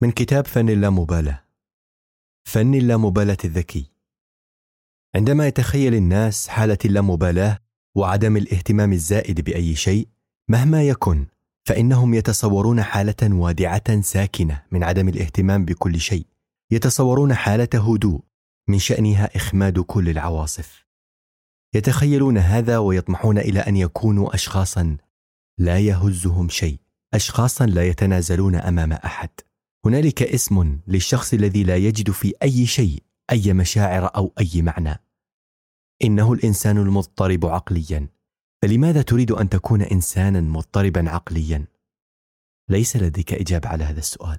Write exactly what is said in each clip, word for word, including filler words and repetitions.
من كتاب فن اللامبالاة. فن اللامبالاة الذكي. عندما يتخيل الناس حالة اللامبالاة وعدم الاهتمام الزائد بأي شيء مهما يكن، فإنهم يتصورون حالة وادعة ساكنة من عدم الاهتمام بكل شيء، يتصورون حالة هدوء من شأنها إخماد كل العواصف. يتخيلون هذا ويطمحون إلى أن يكونوا أشخاصا لا يهزهم شيء، أشخاصا لا يتنازلون أمام أحد. هنالك اسم للشخص الذي لا يجد في أي شيء أي مشاعر أو أي معنى، إنه الإنسان المضطرب عقليا. فلماذا تريد أن تكون إنسانا مضطربا عقليا؟ ليس لديك إجابة على هذا السؤال.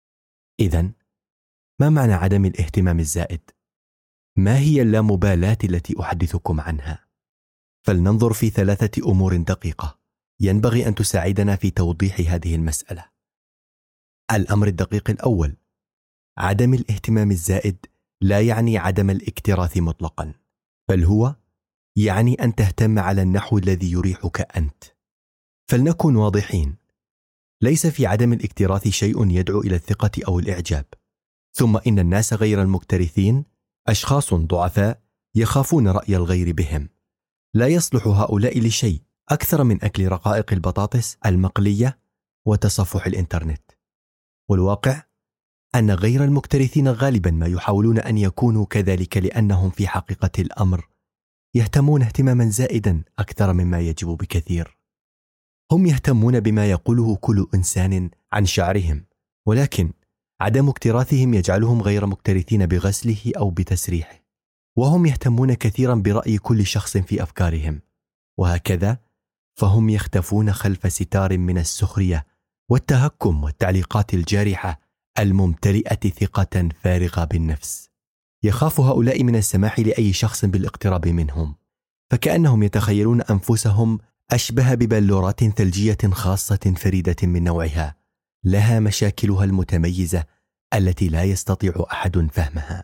إذن ما معنى عدم الاهتمام الزائد؟ ما هي اللامبالاة التي أحدثكم عنها؟ فلننظر في ثلاثة أمور دقيقة ينبغي أن تساعدنا في توضيح هذه المسألة. الأمر الدقيق الأول: عدم الاهتمام الزائد لا يعني عدم الاكتراث مطلقا، بل هو يعني أن تهتم على النحو الذي يريحك أنت. فلنكن واضحين، ليس في عدم الاكتراث شيء يدعو إلى الثقة أو الإعجاب. ثم إن الناس غير المكترثين أشخاص ضعفاء يخافون رأي الغير بهم. لا يصلح هؤلاء لشيء أكثر من أكل رقائق البطاطس المقلية وتصفح الإنترنت. والواقع أن غير المكترثين غالبا ما يحاولون أن يكونوا كذلك، لأنهم في حقيقة الأمر يهتمون اهتماما زائدا أكثر مما يجب بكثير. هم يهتمون بما يقوله كل إنسان عن شعرهم، ولكن عدم اكتراثهم يجعلهم غير مكترثين بغسله أو بتسريحه. وهم يهتمون كثيرا برأي كل شخص في أفكارهم، وهكذا فهم يختفون خلف ستار من السخرية والتهكم والتعليقات الجارحة الممتلئة ثقة فارغة بالنفس. يخاف هؤلاء من السماح لأي شخص بالاقتراب منهم، فكأنهم يتخيلون أنفسهم أشبه ببلورات ثلجية خاصة فريدة من نوعها، لها مشاكلها المتميزة التي لا يستطيع أحد فهمها.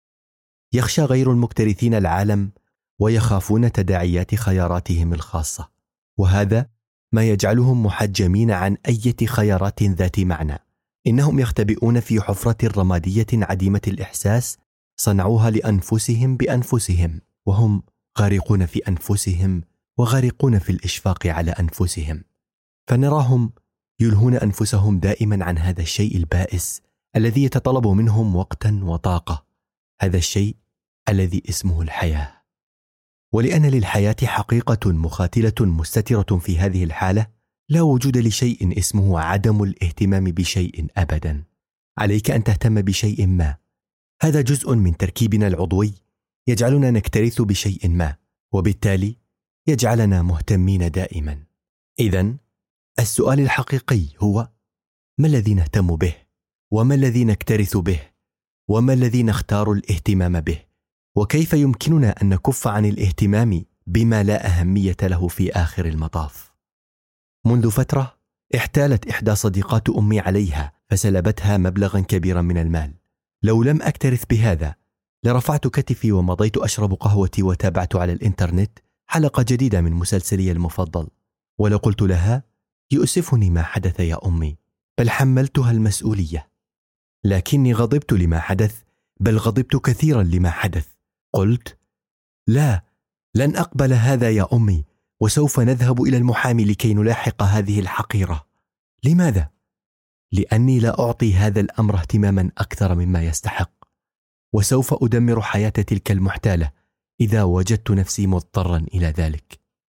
يخشى غير المكترثين العالم ويخافون تداعيات خياراتهم الخاصة، وهذا ما يجعلهم محجمين عن أي خيارات ذات معنى. إنهم يختبئون في حفرة رمادية عديمة الإحساس صنعوها لأنفسهم بأنفسهم، وهم غارقون في أنفسهم وغارقون في الإشفاق على أنفسهم. فنراهم يلهون أنفسهم دائما عن هذا الشيء البائس الذي يتطلب منهم وقتا وطاقة، هذا الشيء الذي اسمه الحياة. ولأن للحياة حقيقة مخاتلة مستترة في هذه الحالة، لا وجود لشيء اسمه عدم الاهتمام بشيء أبدا. عليك أن تهتم بشيء ما، هذا جزء من تركيبنا العضوي يجعلنا نكترث بشيء ما، وبالتالي يجعلنا مهتمين دائما. إذن السؤال الحقيقي هو: ما الذي نهتم به؟ وما الذي نكترث به؟ وما الذي نختار الاهتمام به؟ وكيف يمكننا أن نكف عن الاهتمام بما لا أهمية له في آخر المطاف؟ منذ فترة احتالت إحدى صديقات أمي عليها فسلبتها مبلغا كبيرا من المال. لو لم أكترث بهذا لرفعت كتفي ومضيت أشرب قهوتي وتابعت على الإنترنت حلقة جديدة من مسلسلي المفضل. ولو قلت لها: يؤسفني ما حدث يا أمي، بل حملتها المسؤولية. لكني غضبت لما حدث، بل غضبت كثيرا لما حدث. قلت: لا، لن أقبل هذا يا أمي، وسوف نذهب إلى المحامي لكي نلاحق هذه الحقيرة. لماذا؟ لأني لا أعطي هذا الأمر اهتماما أكثر مما يستحق، وسوف أدمر حياة تلك المحتالة إذا وجدت نفسي مضطرا إلى ذلك.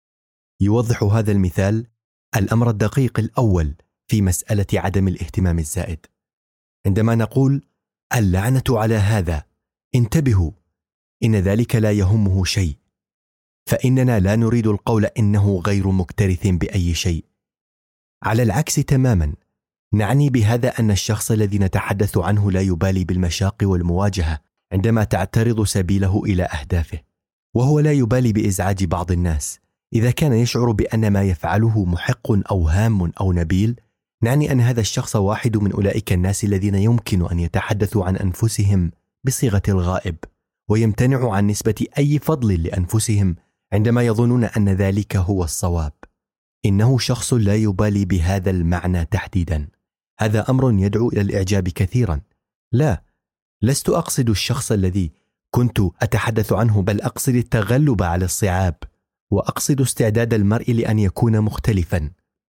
يوضح هذا المثال الأمر الدقيق الأول في مسألة عدم الاهتمام الزائد. عندما نقول اللعنة على هذا، انتبهوا، إن ذلك لا يهمه شيء، فإننا لا نريد القول إنه غير مكترث بأي شيء. على العكس تماما، نعني بهذا أن الشخص الذي نتحدث عنه لا يبالي بالمشاق والمواجهة عندما تعترض سبيله إلى أهدافه، وهو لا يبالي بإزعاج بعض الناس. إذا كان يشعر بأن ما يفعله محق أو هام أو نبيل، نعني أن هذا الشخص واحد من أولئك الناس الذين يمكن أن يتحدثوا عن أنفسهم بصيغة الغائب، ويمتنع عن نسبة أي فضل لأنفسهم عندما يظنون أن ذلك هو الصواب. إنه شخص لا يبالي بهذا المعنى تحديدا، هذا أمر يدعو إلى الإعجاب كثيرا. لا، لست أقصد الشخص الذي كنت أتحدث عنه، بل أقصد التغلب على الصعاب، وأقصد استعداد المرء لأن يكون مختلفا،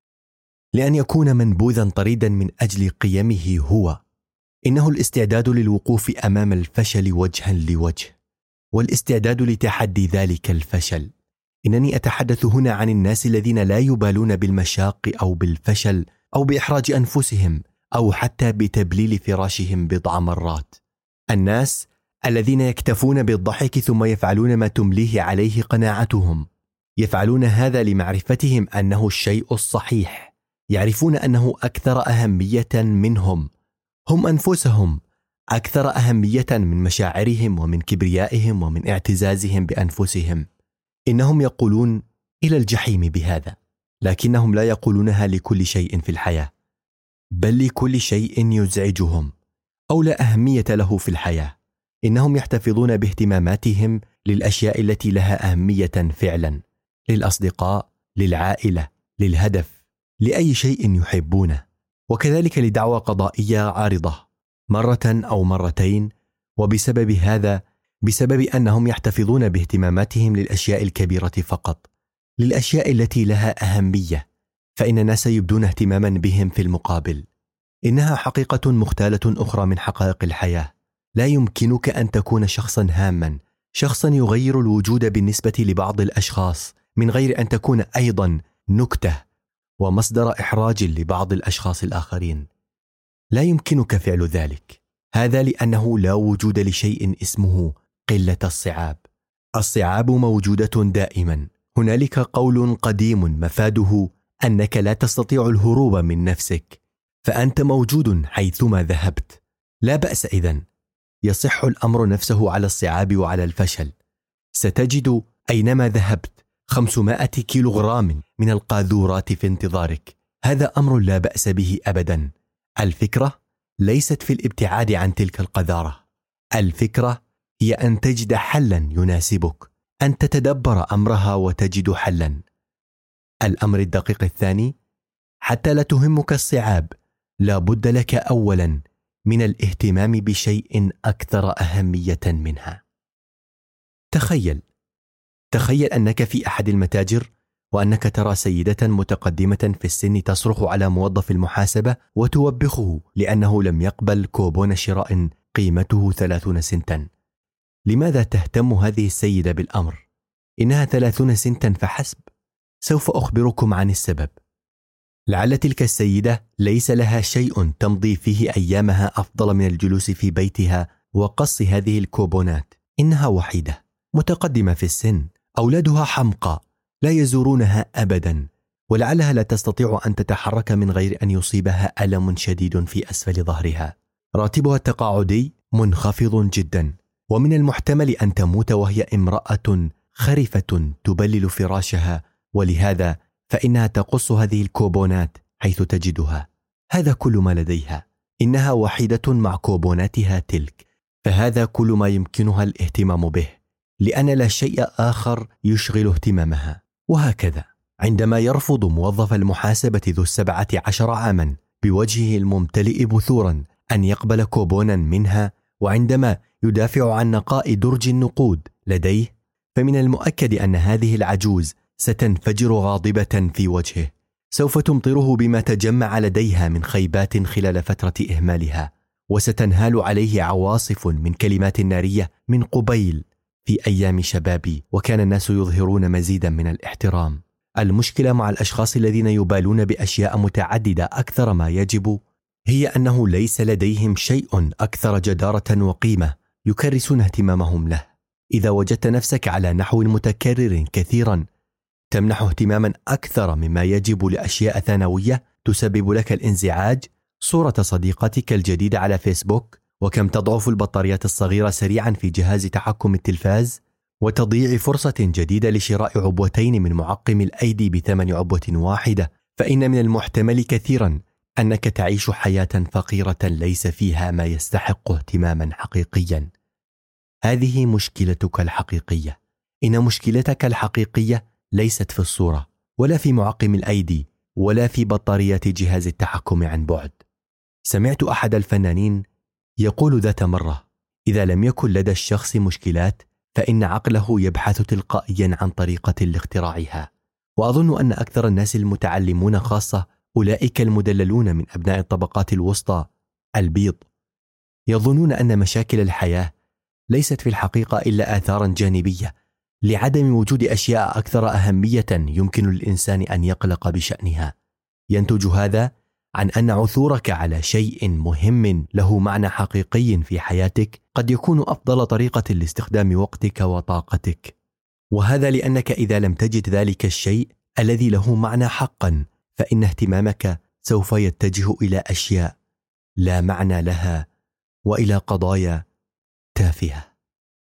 لأن يكون منبوذا طريدا من أجل قيمه هو. إنه الاستعداد للوقوف أمام الفشل وجها لوجه، والاستعداد لتحدي ذلك الفشل. إنني أتحدث هنا عن الناس الذين لا يبالون بالمشاق أو بالفشل أو بإحراج أنفسهم أو حتى بتبليل فراشهم بضع مرات. الناس الذين يكتفون بالضحك ثم يفعلون ما تمليه عليه قناعتهم. يفعلون هذا لمعرفتهم أنه الشيء الصحيح. يعرفون أنه أكثر أهمية منهم، هم أنفسهم، أكثر أهمية من مشاعرهم ومن كبريائهم ومن اعتزازهم بأنفسهم. إنهم يقولون إلى الجحيم بهذا، لكنهم لا يقولونها لكل شيء في الحياة، بل لكل شيء يزعجهم أو لا أهمية له في الحياة. إنهم يحتفظون باهتماماتهم للأشياء التي لها أهمية فعلا، للأصدقاء، للعائلة، للهدف، لأي شيء يحبونه. وكذلك لدعوى قضائية عارضة مرة أو مرتين. وبسبب هذا، بسبب أنهم يحتفظون باهتماماتهم للأشياء الكبيرة فقط، للأشياء التي لها أهمية، فإن الناس يبدون اهتماما بهم في المقابل. إنها حقيقة مختالة أخرى من حقائق الحياة. لا يمكنك أن تكون شخصا هاما، شخصا يغير الوجود بالنسبة لبعض الأشخاص، من غير أن تكون أيضا نكتة ومصدر إحراج لبعض الأشخاص الآخرين. لا يمكنك فعل ذلك. هذا لأنه لا وجود لشيء اسمه قلة الصعاب. الصعاب موجودة دائما. هنالك قول قديم مفاده أنك لا تستطيع الهروب من نفسك، فأنت موجود حيثما ذهبت. لا بأس إذن. يصح الأمر نفسه على الصعاب وعلى الفشل. ستجد أينما ذهبت خمسمائة كيلوغرام من القاذورات في انتظارك. هذا أمر لا بأس به أبدا. الفكرة ليست في الابتعاد عن تلك القذارة. الفكرة هي أن تجد حلا يناسبك، أن تتدبر أمرها وتجد حلا. الأمر الدقيق الثاني، حتى لا تهمك الصعاب، لا بد لك أولا من الاهتمام بشيء أكثر أهمية منها. تخيل تخيل أنك في أحد المتاجر، وأنك ترى سيدة متقدمة في السن تصرخ على موظف المحاسبة وتوبخه لأنه لم يقبل كوبون شراء قيمته ثلاثون سنتا. لماذا تهتم هذه السيدة بالأمر؟ إنها ثلاثون سنتا فحسب. سوف أخبركم عن السبب. لعل تلك السيدة ليس لها شيء تمضي فيه أيامها أفضل من الجلوس في بيتها وقص هذه الكوبونات. إنها وحيدة، متقدمة في السن، أولادها حمقى لا يزورونها أبدا، ولعلها لا تستطيع أن تتحرك من غير أن يصيبها ألم شديد في أسفل ظهرها. راتبها التقاعدي منخفض جدا، ومن المحتمل أن تموت وهي امرأة خرفة تبلل فراشها، ولهذا فإنها تقص هذه الكوبونات حيث تجدها. هذا كل ما لديها. إنها وحيدة مع كوبوناتها تلك، فهذا كل ما يمكنها الاهتمام به، لأن لا شيء آخر يشغل اهتمامها. وهكذا عندما يرفض موظف المحاسبة ذو السبعة عشر عاما بوجهه الممتلئ بثورا أن يقبل كوبونا منها، وعندما يدافع عن نقاء درج النقود لديه، فمن المؤكد أن هذه العجوز ستنفجر غاضبة في وجهه. سوف تمطره بما تجمع لديها من خيبات خلال فترة إهمالها، وستنهال عليه عواصف من كلمات نارية من قبيل. في أيام شبابي وكان الناس يظهرون مزيدا من الاحترام. المشكلة مع الأشخاص الذين يبالون بأشياء متعددة أكثر ما يجب هي أنه ليس لديهم شيء أكثر جدارة وقيمة يكرسون اهتمامهم له. إذا وجدت نفسك على نحو متكرر كثيرا تمنح اهتماما أكثر مما يجب لأشياء ثانوية تسبب لك الانزعاج، صورة صديقتك الجديدة على فيسبوك، وكم تضعف البطاريات الصغيرة سريعا في جهاز تحكم التلفاز، وتضييع فرصة جديدة لشراء عبوتين من معقم الأيدي بثمن عبوة واحدة، فإن من المحتمل كثيرا أنك تعيش حياة فقيرة ليس فيها ما يستحق اهتماما حقيقيا. هذه مشكلتك الحقيقية. إن مشكلتك الحقيقية ليست في الصورة، ولا في معقم الأيدي، ولا في بطاريات جهاز التحكم عن بعد. سمعت أحد الفنانين يقول ذات مرة: إذا لم يكن لدى الشخص مشكلات فإن عقله يبحث تلقائيا عن طريقة لاختراعها. وأظن أن أكثر الناس المتعلمون، خاصة أولئك المدللون من أبناء الطبقات الوسطى البيض، يظنون أن مشاكل الحياة ليست في الحقيقة إلا آثارا جانبية لعدم وجود أشياء أكثر أهمية يمكن للإنسان أن يقلق بشأنها. ينتج هذا عن أن عثورك على شيء مهم له معنى حقيقي في حياتك قد يكون أفضل طريقة لاستخدام وقتك وطاقتك، وهذا لأنك إذا لم تجد ذلك الشيء الذي له معنى حقا فإن اهتمامك سوف يتجه إلى أشياء لا معنى لها وإلى قضايا تافهة.